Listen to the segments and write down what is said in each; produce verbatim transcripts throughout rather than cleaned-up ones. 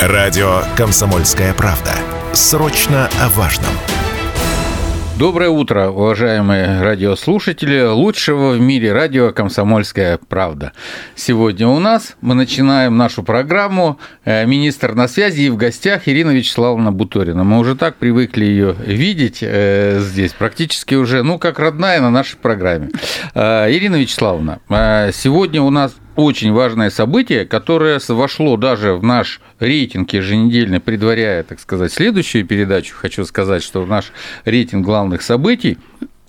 Радио «Комсомольская правда». Срочно о важном. Доброе утро, уважаемые радиослушатели лучшего в мире радио «Комсомольская правда». Сегодня у нас мы начинаем нашу программу. Министр на связи, и в гостях Ирина Вячеславовна Буторина. Мы уже так привыкли ее видеть здесь, практически уже, ну, как родная на нашей программе. Ирина Вячеславовна, сегодня у нас очень важное событие, которое вошло даже в наш рейтинг еженедельный, предваряя, так сказать, следующую передачу. Хочу сказать, что в наш рейтинг главных событий,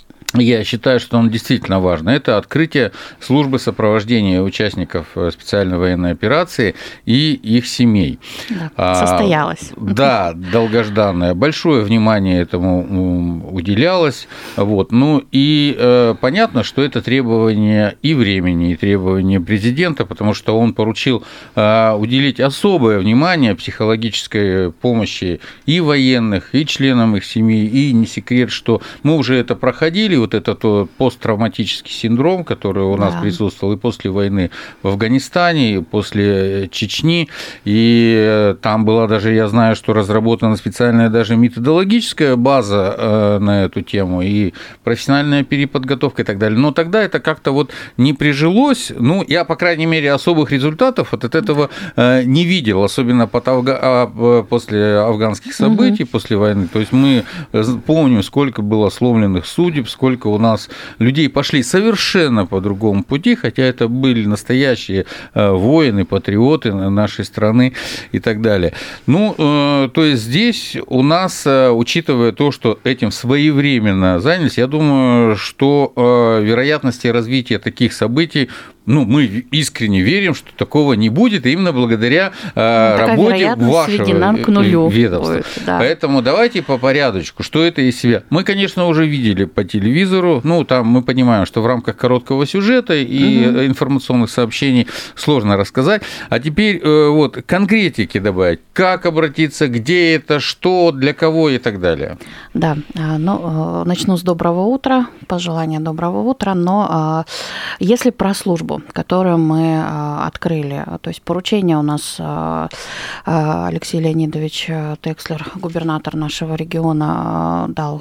я считаю, что он действительно важен. Это открытие службы сопровождения участников специальной военной операции и их семей. Да, состоялось. А, да, долгожданное. Большое внимание этому уделялось. Вот. Ну и э, понятно, что это требование и времени, и требование президента, потому что он поручил э, уделить особое внимание психологической помощи и военных, и членам их семьи. И не секрет, что мы уже это проходили, вот этот посттравматический синдром, который у нас да. присутствовал и после войны в Афганистане, и после Чечни, и там была даже, я знаю, что разработана специальная даже методологическая база на эту тему, и профессиональная переподготовка и так далее. Но тогда это как-то вот не прижилось, ну, я, по крайней мере, особых результатов вот от этого не видел, особенно после афганских событий, угу. после войны. То есть мы помним, сколько было сломленных судеб, сколько Сколько у нас людей пошли совершенно по другому пути, хотя это были настоящие воины, патриоты нашей страны и так далее. Ну, то есть здесь у нас, учитывая то, что этим своевременно занялись, я думаю, что вероятности развития таких событий, ну, мы искренне верим, что такого не будет, именно благодаря ну, работе вашего к нулю ведомства. Будет, да. Поэтому давайте по порядочку, что это из себя. Мы, конечно, уже видели по телевизору, ну, там мы понимаем, что в рамках короткого сюжета и угу. информационных сообщений сложно рассказать. А теперь вот конкретики добавить, как обратиться, где это, что, для кого и так далее. Да, ну, начну с доброго утра, пожелания доброго утра, но если про службу, которую мы открыли. То есть поручение у нас Алексей Леонидович Текслер, губернатор нашего региона, дал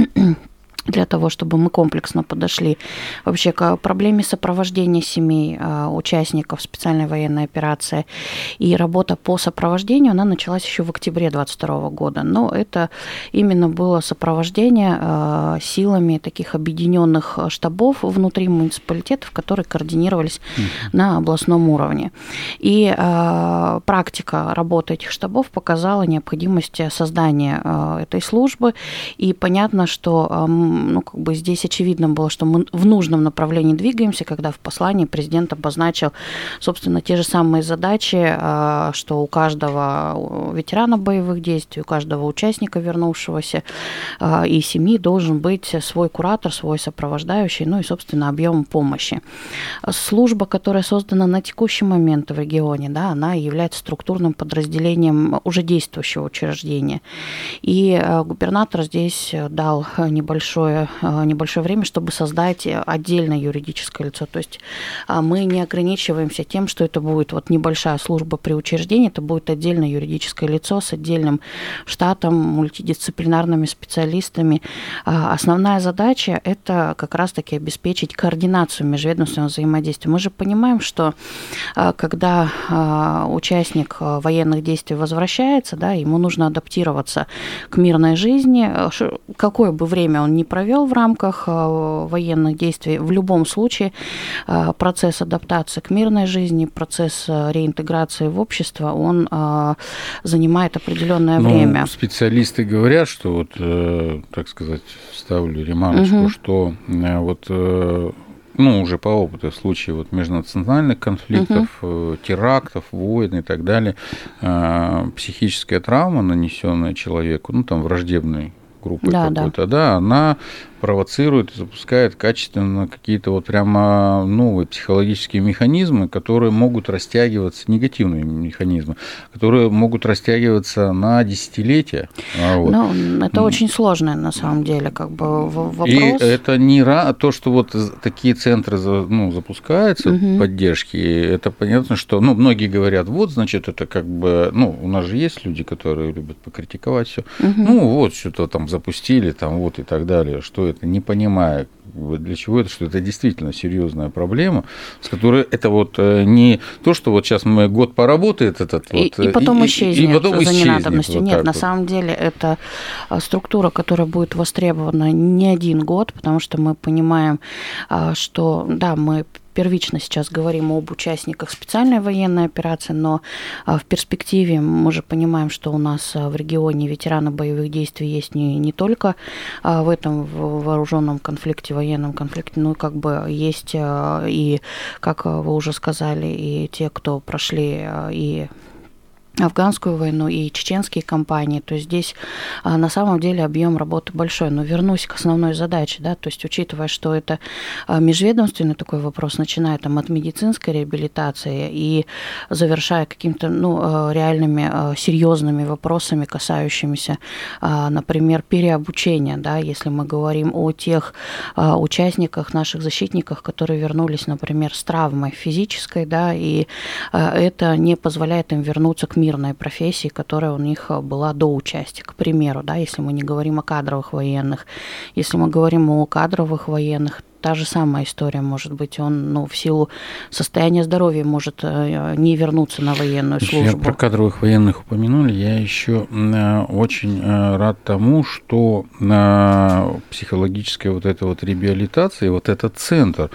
для того, чтобы мы комплексно подошли вообще к проблеме сопровождения семей участников специальной военной операции. И работа по сопровождению, она началась еще в октябре двадцать второго года. Но это именно было сопровождение силами таких объединенных штабов внутри муниципалитетов, которые координировались mm-hmm. на областном уровне. И практика работы этих штабов показала необходимость создания этой службы. И понятно, что ну, как бы здесь очевидно было, что мы в нужном направлении двигаемся, когда в послании президент обозначил, собственно, те же самые задачи, что у каждого ветерана боевых действий, у каждого участника, вернувшегося, и семьи должен быть свой куратор, свой сопровождающий, ну и, собственно, объем помощи. Служба, которая создана на текущий момент в регионе, да, она является структурным подразделением уже действующего учреждения. И губернатор здесь дал небольшой небольшое время, чтобы создать отдельное юридическое лицо. То есть мы не ограничиваемся тем, что это будет вот небольшая служба при учреждении, это будет отдельное юридическое лицо с отдельным штатом, мультидисциплинарными специалистами. Основная задача – это как раз-таки обеспечить координацию межведомственного взаимодействия. Мы же понимаем, что когда участник военных действий возвращается, да, ему нужно адаптироваться к мирной жизни, какое бы время он ни провел в рамках военных действий, в любом случае процесс адаптации к мирной жизни, процесс реинтеграции в общество, он занимает определенное ну, время. Специалисты говорят, что вот, так сказать, вставлю ремарочку, угу. что вот ну, уже по опыту в случае вот межнациональных конфликтов, угу. терактов, войн и так далее, психическая травма, нанесенная человеку, ну, там, враждебной группой да, какой-то, да. да, она провоцирует и запускает качественно какие-то вот прямо новые психологические механизмы, которые могут растягиваться, негативные механизмы, которые могут растягиваться на десятилетия. Вот. Ну, это очень сложно, на самом деле, как бы вопрос. И это не ра... то, что вот такие центры, ну, запускаются, угу. поддержки, это понятно, что, ну, многие говорят, вот, значит, это как бы, ну, у нас же есть люди, которые любят покритиковать все, угу. ну, вот, что-то там запустили, там, вот, и так далее, что это, не понимая, для чего это, что это действительно серьезная проблема, с которой это вот не то, что вот сейчас мы год поработает этот и, вот... И потом и, исчезнет и потом за исчезнет, ненадобностью. Вот Нет, на вот. самом деле это структура, которая будет востребована не один год, потому что мы понимаем, что, да, мы первично сейчас говорим об участниках специальной военной операции, но в перспективе мы же понимаем, что у нас в регионе ветераны боевых действий есть не, не только в этом вооруженном конфликте, военном конфликте, но как бы есть и, как вы уже сказали, и те, кто прошли и афганскую войну и чеченские кампании, то есть здесь на самом деле объем работы большой. Но вернусь к основной задаче, да, то есть учитывая, что это межведомственный такой вопрос, начиная там от медицинской реабилитации и завершая какими-то, ну, реальными серьезными вопросами, касающимися, например, переобучения, да, если мы говорим о тех участниках, наших защитниках, которые вернулись, например, с травмой физической, да, и это не позволяет им вернуться к миру мирной профессии, которая у них была до участия. К примеру, да, если мы не говорим о кадровых военных, если мы говорим о кадровых военных, та же самая история может быть. Он, ну, в силу состояния здоровья может не вернуться на военную службу. Я про кадровых военных упомянули. Я еще очень рад тому, что психологическая вот эта вот реабилитация, вот этот центр,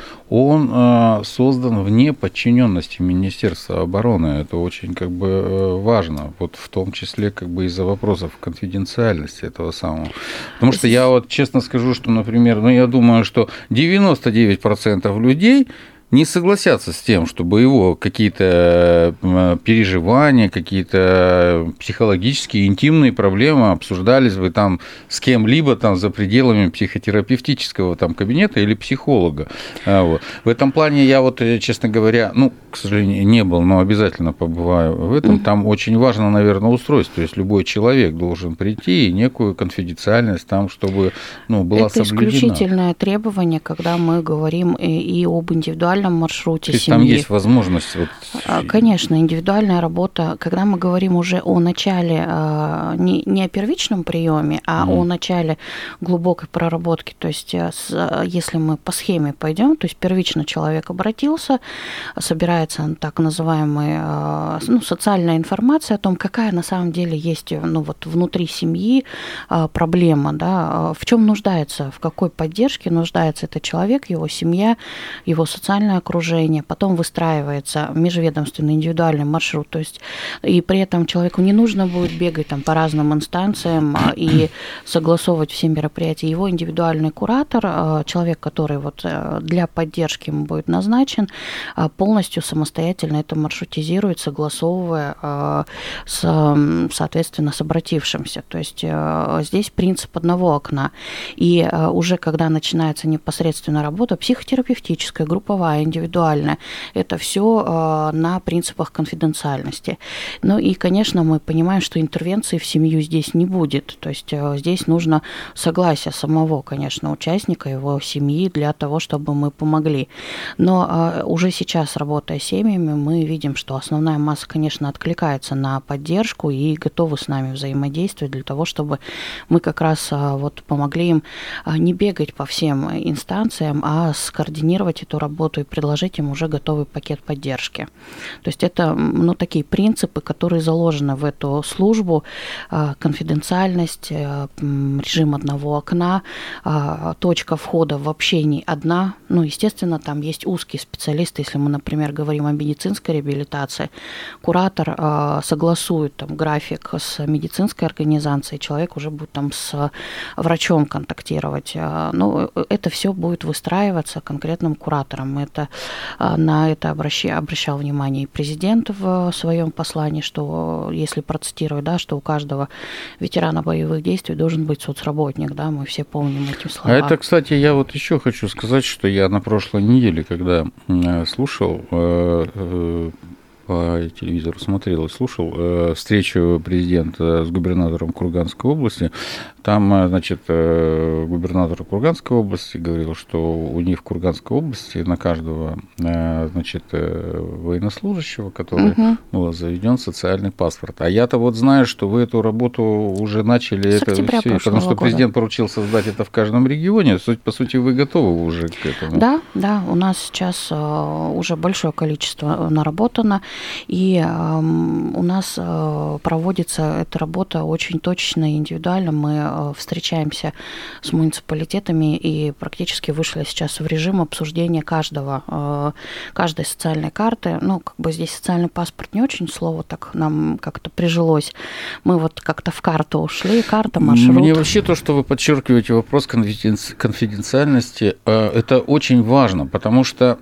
он создан вне подчиненности Министерства обороны. Это очень как бы важно. Вот в том числе как бы из-за вопросов конфиденциальности этого самого. Потому что я вот честно скажу, что, например, ну, я думаю, что девяносто девять процентов людей не согласятся с тем, чтобы его какие-то переживания, какие-то психологические, интимные проблемы обсуждались бы там с кем-либо там за пределами психотерапевтического там кабинета или психолога. Вот. В этом плане я вот, честно говоря, ну, к сожалению, не был, но обязательно побываю в этом. Там очень важно, наверное, устройство. То есть любой человек должен прийти и некую конфиденциальность там, чтобы, ну, была это соблюдена. Это исключительное требование, когда мы говорим и, и об индивидуальном маршруте То есть семьи. Там есть возможность. Вот... Конечно, индивидуальная работа. Когда мы говорим уже о начале, не, не о первичном приеме, а mm. о начале глубокой проработки, то есть если мы по схеме пойдем, то есть первично человек обратился, собирается так называемая, ну, социальная информация о том, какая на самом деле есть, ну, вот внутри семьи проблема, да, в чем нуждается, в какой поддержке нуждается этот человек, его семья, его социальная окружение, потом выстраивается межведомственный индивидуальный маршрут, то есть и при этом человеку не нужно будет бегать там по разным инстанциям и согласовывать все мероприятия. Его индивидуальный куратор, человек, который вот для поддержки ему будет назначен, полностью самостоятельно это маршрутизирует, согласовывая с, соответственно, с обратившимся. То есть здесь принцип одного окна. И уже когда начинается непосредственно работа психотерапевтическая, групповая, индивидуальная, это все на принципах конфиденциальности. Ну и, конечно, мы понимаем, что интервенции в семью здесь не будет. То есть здесь нужно согласие самого, конечно, участника, его семьи для того, чтобы мы помогли. Но уже сейчас, работая с семьями, мы видим, что основная масса, конечно, откликается на поддержку и готовы с нами взаимодействовать для того, чтобы мы как раз вот помогли им не бегать по всем инстанциям, а скоординировать эту работу и предложить им уже готовый пакет поддержки. То есть это, ну, такие принципы, которые заложены в эту службу: конфиденциальность, режим одного окна, точка входа в общении одна. Ну, естественно, там есть узкие специалисты. Если мы, например, говорим о медицинской реабилитации, куратор согласует там график с медицинской организацией, человек уже будет там с врачом контактировать. Ну, это все будет выстраиваться конкретным куратором. Мы это, на это обращал, обращал внимание и президент в своем послании, что, если процитировать, да, что у каждого ветерана боевых действий должен быть соцработник, да, мы все помним эти слова. А это, кстати, я вот еще хочу сказать, что я на прошлой неделе, когда слушал по телевизору, смотрел и слушал встречу президента с губернатором Курганской области. Там, значит, губернатор Курганской области говорил, что у них в Курганской области на каждого, значит, военнослужащего, который угу. был заведен социальный паспорт. А я-то вот знаю, что вы эту работу уже начали, с это все, потому что года. Президент поручил создать это в каждом регионе. По сути, вы готовы уже к этому? Да, да, у нас сейчас уже большое количество наработано, и у нас проводится эта работа очень точно и индивидуально. Мы встречаемся с муниципалитетами и практически вышли сейчас в режим обсуждения каждого, каждой социальной карты. Ну, как бы здесь социальный паспорт не очень слово так нам как-то прижилось. Мы вот как-то в карту ушли, карта, маршрут. Мне вообще то, что вы подчеркиваете вопрос конфиденциальности, это очень важно, потому что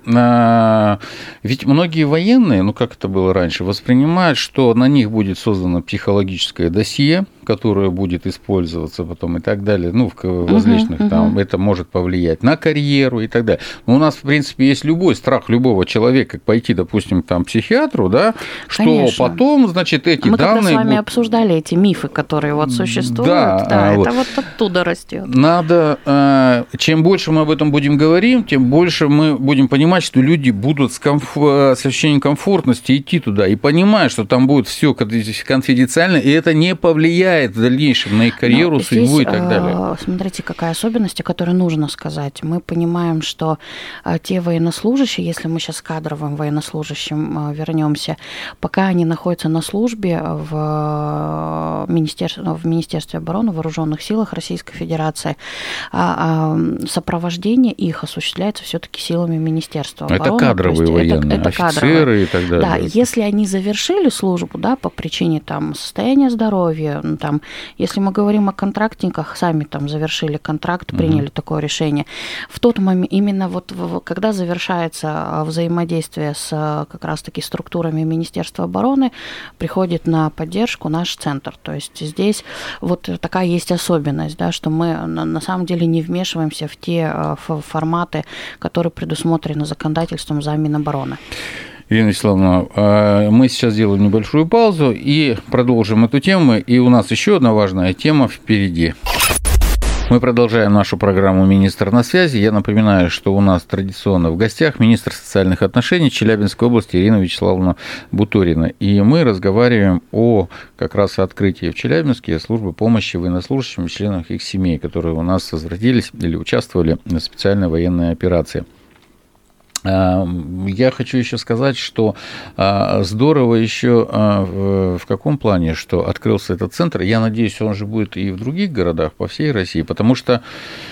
ведь многие военные, ну как это было раньше, воспринимают, что на них будет создано психологическое досье, которое будет использоваться потом и так далее, ну, в различных, uh-huh, там, uh-huh. это может повлиять на карьеру и так далее. Но у нас, в принципе, есть любой страх любого человека пойти, допустим, там, к психиатру, да, Конечно. Что потом, значит, эти Мы данные... Мы с вами будут... обсуждали эти мифы, которые вот существуют, да, да, вот. это вот оттуда растет. Надо, чем больше мы об этом будем говорить, тем больше мы будем понимать, что люди будут с, комф... с ощущением комфортности идти туда и понимать, что там будет все конфиденциально, и это не повлияет в дальнейшем на их карьеру, Но судьбу здесь, и так далее. Смотрите, какая особенность, о которой нужно сказать. Мы понимаем, что те военнослужащие, если мы сейчас к кадровым военнослужащим вернемся, пока они находятся на службе в Министерстве, в Министерстве обороны, в Вооруженных силах Российской Федерации, сопровождение их осуществляется все-таки силами Министерства обороны. Это кадровые военные, это, это офицеры кадровые. И так далее. Да, если они завершили службу, да, по причине там состояния здоровья, там, если мы говорим о контрактниках, сами там завершили контракт, приняли угу. такое решение, в тот момент, именно вот когда завершается взаимодействие с как раз-таки структурами Министерства обороны, приходит на поддержку наш центр. То есть здесь вот такая есть особенность, да, что мы на самом деле не вмешиваемся в те форматы, которые предусмотрены законодательством за Минобороны. Ирина Вячеславовна, мы сейчас сделаем небольшую паузу и продолжим эту тему. И у нас еще одна важная тема впереди. Мы продолжаем нашу программу «Министр на связи». Я напоминаю, что у нас традиционно в гостях министр социальных отношений Челябинской области Ирина Вячеславовна Буторина. И мы разговариваем о как раз открытии в Челябинске службы помощи военнослужащим и членам их семей, которые у нас возвратились или участвовали в специальной военной операции. Я хочу еще сказать, что здорово еще в каком плане, что открылся этот центр. Я надеюсь, он же будет и в других городах по всей России, потому что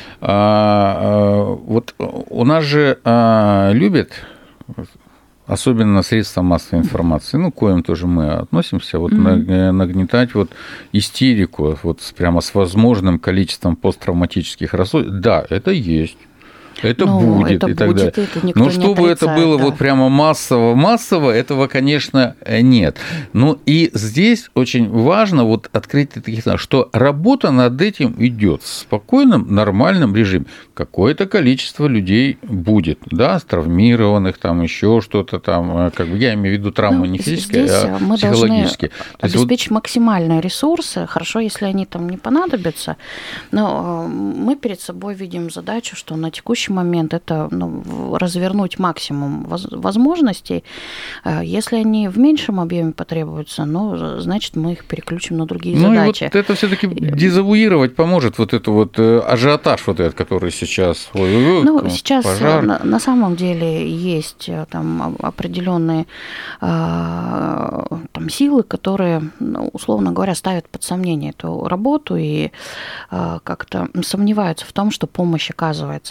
вот у нас же любят, особенно средства массовой информации, ну, к коим тоже мы относимся, вот mm-hmm. нагнетать вот истерику вот прямо с возможным количеством посттравматических расстройств. Да, это есть. Это ну, будет это и так будет, далее. Но чтобы это было да. вот прямо массово-массово, этого, конечно, нет. Ну и здесь очень важно вот открыть таких, что работа над этим идет в спокойном, нормальном режиме. Какое-то количество людей будет, да, с травмированных, там еще что-то там, как бы я имею в виду травмы ну, не физические, а мы психологические. Мы должны обеспечить вот... максимальные ресурсы, хорошо, если они там не понадобятся, но мы перед собой видим задачу, что на текущий момент это ну, развернуть максимум возможностей. Если они в меньшем объеме потребуются, ну, значит, мы их переключим на другие ну, задачи. И вот это все-таки дезавуировать поможет вот это вот ажиотаж вот этот, который сейчас. Ой, ну, сейчас пожар. На, на самом деле есть там определенные там, силы, которые, ну, условно говоря, ставят под сомнение эту работу и как-то сомневаются в том, что помощь оказывается. Но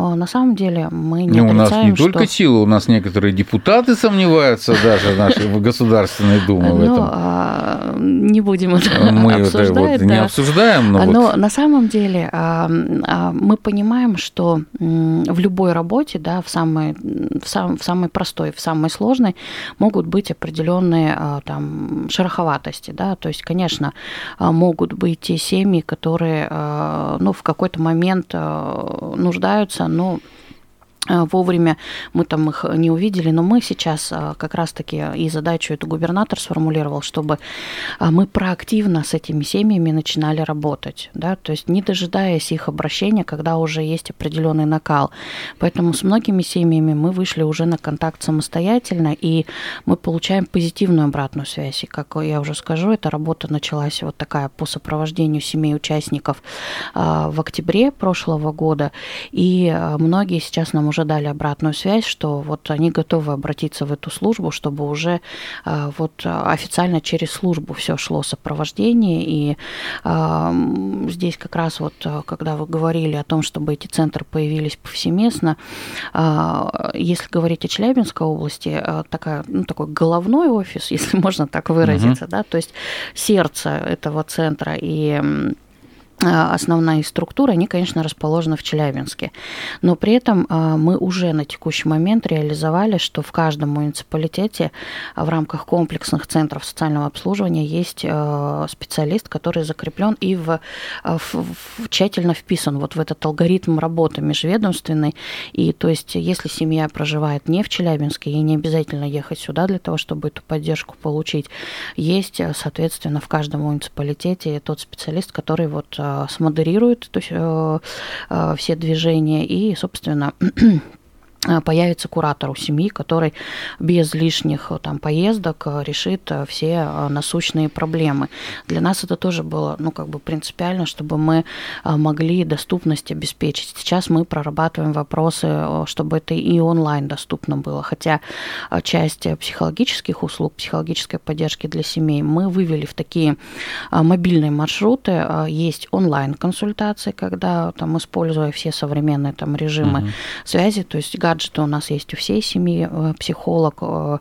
но на самом деле мы не ну, отрицаем, у нас не что... только сила, у нас некоторые депутаты сомневаются даже нашей Государственной Думы в этом. Не будем это мы обсуждать. Мы это вот да. не обсуждаем. Но, но вот... на самом деле мы понимаем, что в любой работе, да, в самой, в самой, в самой простой, в самой сложной могут быть определенные там шероховатости. Да? То есть, конечно, могут быть те семьи, которые ну, в какой-то момент нуждаются, но вовремя мы там их не увидели, но мы сейчас как раз-таки и задачу эту губернатор сформулировал, чтобы мы проактивно с этими семьями начинали работать, да, то есть не дожидаясь их обращения, когда уже есть определенный накал. Поэтому с многими семьями мы вышли уже на контакт самостоятельно, и мы получаем позитивную обратную связь. И, как я уже скажу, эта работа началась вот такая по сопровождению семей участников в октябре прошлого года, и многие сейчас нам уже дали обратную связь, что вот они готовы обратиться в эту службу, чтобы уже вот официально через службу все шло сопровождение. И здесь как раз вот, когда вы говорили о том, чтобы эти центры появились повсеместно, если говорить о Челябинской области, такая, ну, такой головной офис, если можно так выразиться, uh-huh. да, то есть сердце этого центра и основные структуры, они, конечно, расположены в Челябинске. Но при этом мы уже на текущий момент реализовали, что в каждом муниципалитете в рамках комплексных центров социального обслуживания есть специалист, который закреплен и в, в, в, тщательно вписан вот в этот алгоритм работы межведомственный. И то есть, если семья проживает не в Челябинске, ей не обязательно ехать сюда для того, чтобы эту поддержку получить. Есть, соответственно, в каждом муниципалитете тот специалист, который вот смодерирует, то есть, э, э, все движения и, собственно, появится куратор у семьи, который без лишних там поездок решит все насущные проблемы. Для нас это тоже было, ну, как бы принципиально, чтобы мы могли доступность обеспечить. Сейчас мы прорабатываем вопросы, чтобы это и онлайн доступно было, хотя часть психологических услуг, психологической поддержки для семей мы вывели в такие мобильные маршруты. Есть онлайн-консультации, когда там, используя все современные там режимы uh-huh. связи, то есть гаджеты у нас есть у всей семьи, психолог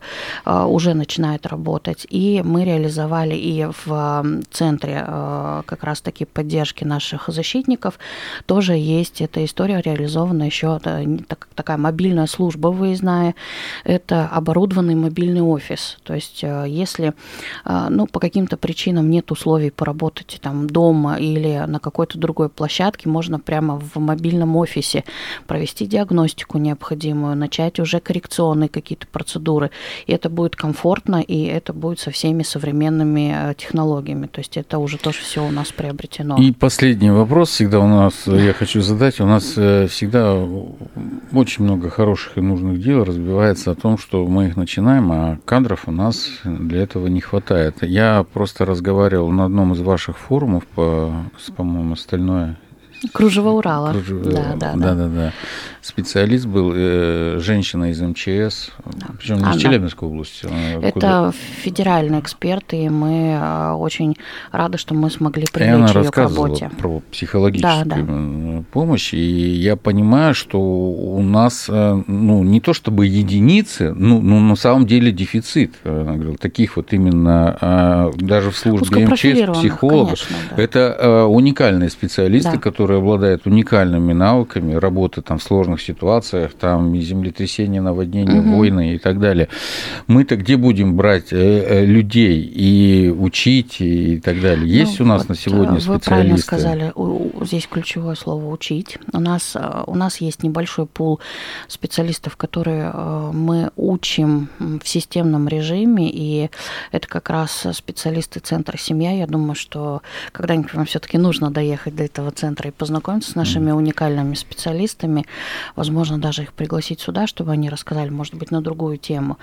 уже начинает работать, и мы реализовали и в центре как раз-таки поддержки наших защитников тоже есть эта история реализована еще, такая мобильная служба выездная, это оборудованный мобильный офис, то есть если ну, по каким-то причинам нет условий поработать там дома или на какой-то другой площадке, можно прямо в мобильном офисе провести диагностику необходимую, начать уже коррекционные какие-то процедуры. И это будет комфортно, и это будет со всеми современными технологиями. То есть это уже тоже все у нас приобретено. И последний вопрос всегда у нас, я хочу задать. У нас всегда очень много хороших и нужных дел разбивается о том, что мы их начинаем, а кадров у нас для этого не хватает. Я просто разговаривал на одном из ваших форумов, по, по-моему, остальное... Кружево Урала. Кружево, да, да, да, да, да. Специалист был, э, женщина из эм че эс, да. Причем не а, из Челябинской да. области. Это куда? Федеральный эксперт, и мы очень рады, что мы смогли привлечь и она ее к работе. Про психологическую да, да. помощь, и я понимаю, что у нас, ну, не то чтобы единицы, ну, ну на самом деле дефицит таких вот именно даже в службе эм че эс психологов. Конечно, да. Это уникальные специалисты, да. которые обладают уникальными навыками работы там в сложных ситуациях, там и землетрясения, наводнения, угу. войны и так далее. Мы-то где будем брать людей и учить и так далее? Есть ну, у нас вот на сегодня специалисты? Вы правильно сказали, здесь ключевое слово «учить». У нас, у нас есть небольшой пул специалистов, которые мы учим в системном режиме, и это как раз специалисты Центра «Семья». Я думаю, что когда-нибудь вам все-таки нужно доехать до этого центра и познакомиться с нашими mm. уникальными специалистами, возможно, даже их пригласить сюда, чтобы они рассказали, может быть, на другую тему.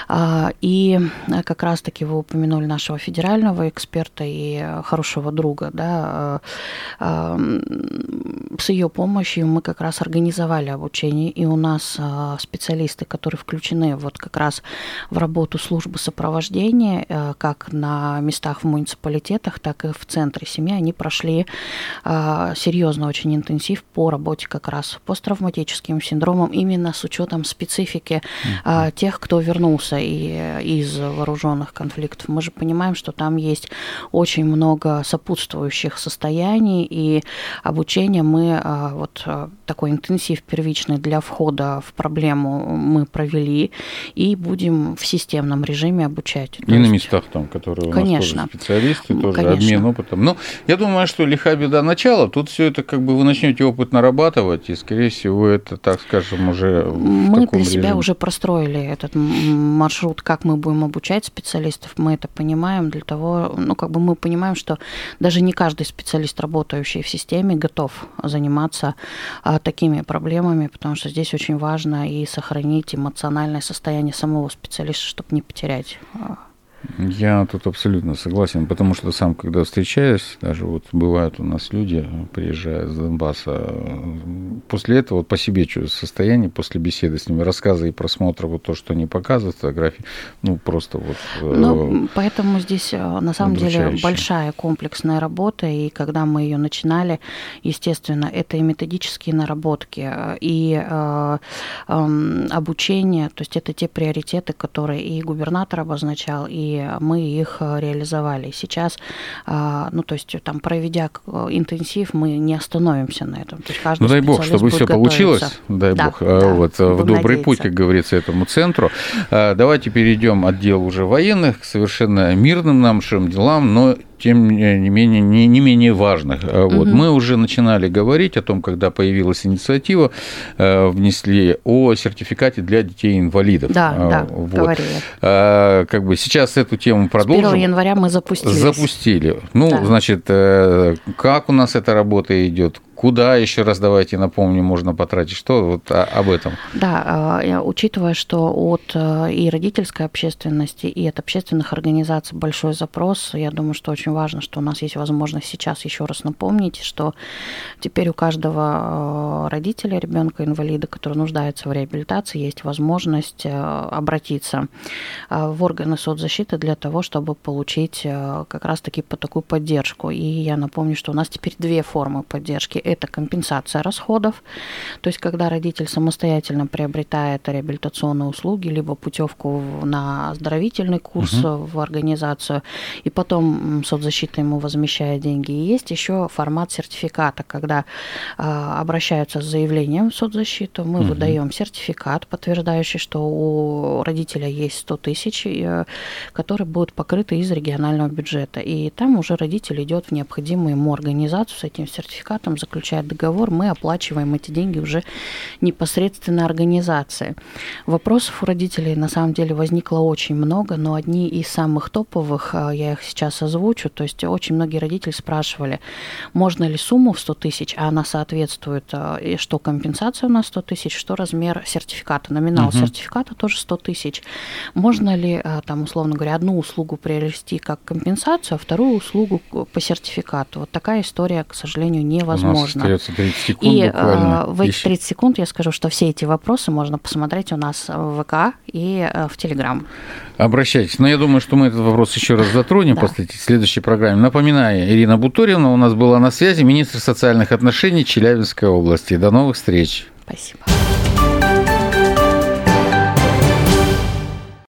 И как раз-таки вы упомянули нашего федерального эксперта и хорошего друга, да, с ее помощью мы как раз организовали обучение, и у нас специалисты, которые включены вот как раз в работу службы сопровождения, как на местах в муниципалитетах, так и в Центре семьи, они прошли серьезные серьезный очень интенсив по работе как раз с посттравматическим синдромом, именно с учетом специфики mm-hmm. тех, кто вернулся и, из вооруженных конфликтов. Мы же понимаем, что там есть очень много сопутствующих состояний, и обучение мы, вот такой интенсив первичный для входа в проблему мы провели, и будем в системном режиме обучать. И То на есть... местах там, которые у Конечно. нас тоже специалисты, тоже Конечно. обмен опытом. Ну, я думаю, что лиха беда начала. Тут все это как бы вы начнете опыт нарабатывать, и, скорее всего, это, так скажем, уже в Мы таком для себя режиме. уже простроили этот маршрут, как мы будем обучать специалистов, мы это понимаем для того, ну, как бы мы понимаем, что даже не каждый специалист, работающий в системе, готов заниматься а, такими проблемами, потому что здесь очень важно и сохранить эмоциональное состояние самого специалиста, чтобы не потерять. Я тут абсолютно согласен, потому что сам, когда встречаюсь, даже вот бывают у нас люди, приезжают с Донбасса, после этого вот по себе чувствую состояние, после беседы с ними, рассказа и просмотра, вот то, что они показывают, фотографии, ну, просто вот... Ну, поэтому здесь, на самом деле, большая комплексная работа, и когда мы ее начинали, естественно, это и методические наработки, и э, э, обучение, то есть это те приоритеты, которые и губернатор обозначал, и мы их реализовали. Сейчас, ну, то есть, там, проведя интенсив, мы не остановимся на этом. То есть, каждый ну, дай бог, чтобы все получилось, дай да, бог, да, вот, в добрый надеяться. путь, как говорится, этому центру. Давайте перейдем от дел уже военных к совершенно мирным нашим делам, но тем не менее, не, не менее важных. Вот. Угу. Мы уже начинали говорить о том, когда появилась инициатива, внесли о сертификате для детей-инвалидов. Да, да, вот. говорили. Как бы сейчас эту тему продолжим. С первого января мы запустили. Запустили. Ну, да. Значит, как у нас эта работа идет? Куда, еще раз давайте напомню, можно потратить? Что вот об этом? Да, учитывая, что от и родительской общественности, и от общественных организаций большой запрос, я думаю, что очень важно, что у нас есть возможность сейчас еще раз напомнить, что теперь у каждого родителя ребенка-инвалида, который нуждается в реабилитации, есть возможность обратиться в органы соцзащиты для того, чтобы получить как раз-таки по такую поддержку. И я напомню, что у нас теперь две формы поддержки. Это компенсация расходов, то есть когда родитель самостоятельно приобретает реабилитационные услуги, либо путевку на оздоровительный курс угу. в организацию, и потом соцзащита ему возмещает деньги. И есть еще формат сертификата, когда а, обращаются с заявлением в соцзащиту, мы угу. выдаем сертификат, подтверждающий, что у родителя есть сто тысяч, которые будут покрыты из регионального бюджета. И там уже родитель идет в необходимую ему организацию с этим сертификатом, заключает договор, мы оплачиваем эти деньги уже непосредственно организации. Вопросов у родителей на самом деле возникло очень много, но одни из самых топовых, я их сейчас озвучу, то есть очень многие родители спрашивали, можно ли сумму в сто тысяч, а она соответствует, и что компенсация у нас сто тысяч, что размер сертификата, номинал угу. сертификата тоже сто тысяч. Можно ли, там, условно говоря, одну услугу приобрести как компенсацию, а вторую услугу по сертификату? Вот такая история, к сожалению, невозможна. Остается тридцать секунд и буквально. в эти тридцать секунд я скажу, что все эти вопросы можно посмотреть у нас в ВК и в Телеграм. Обращайтесь. Но я думаю, что мы этот вопрос еще раз затронем да. после в следующей программе. Напоминаю, Ирина Буторина у нас была на связи, министр социальных отношений Челябинской области. До новых встреч. Спасибо.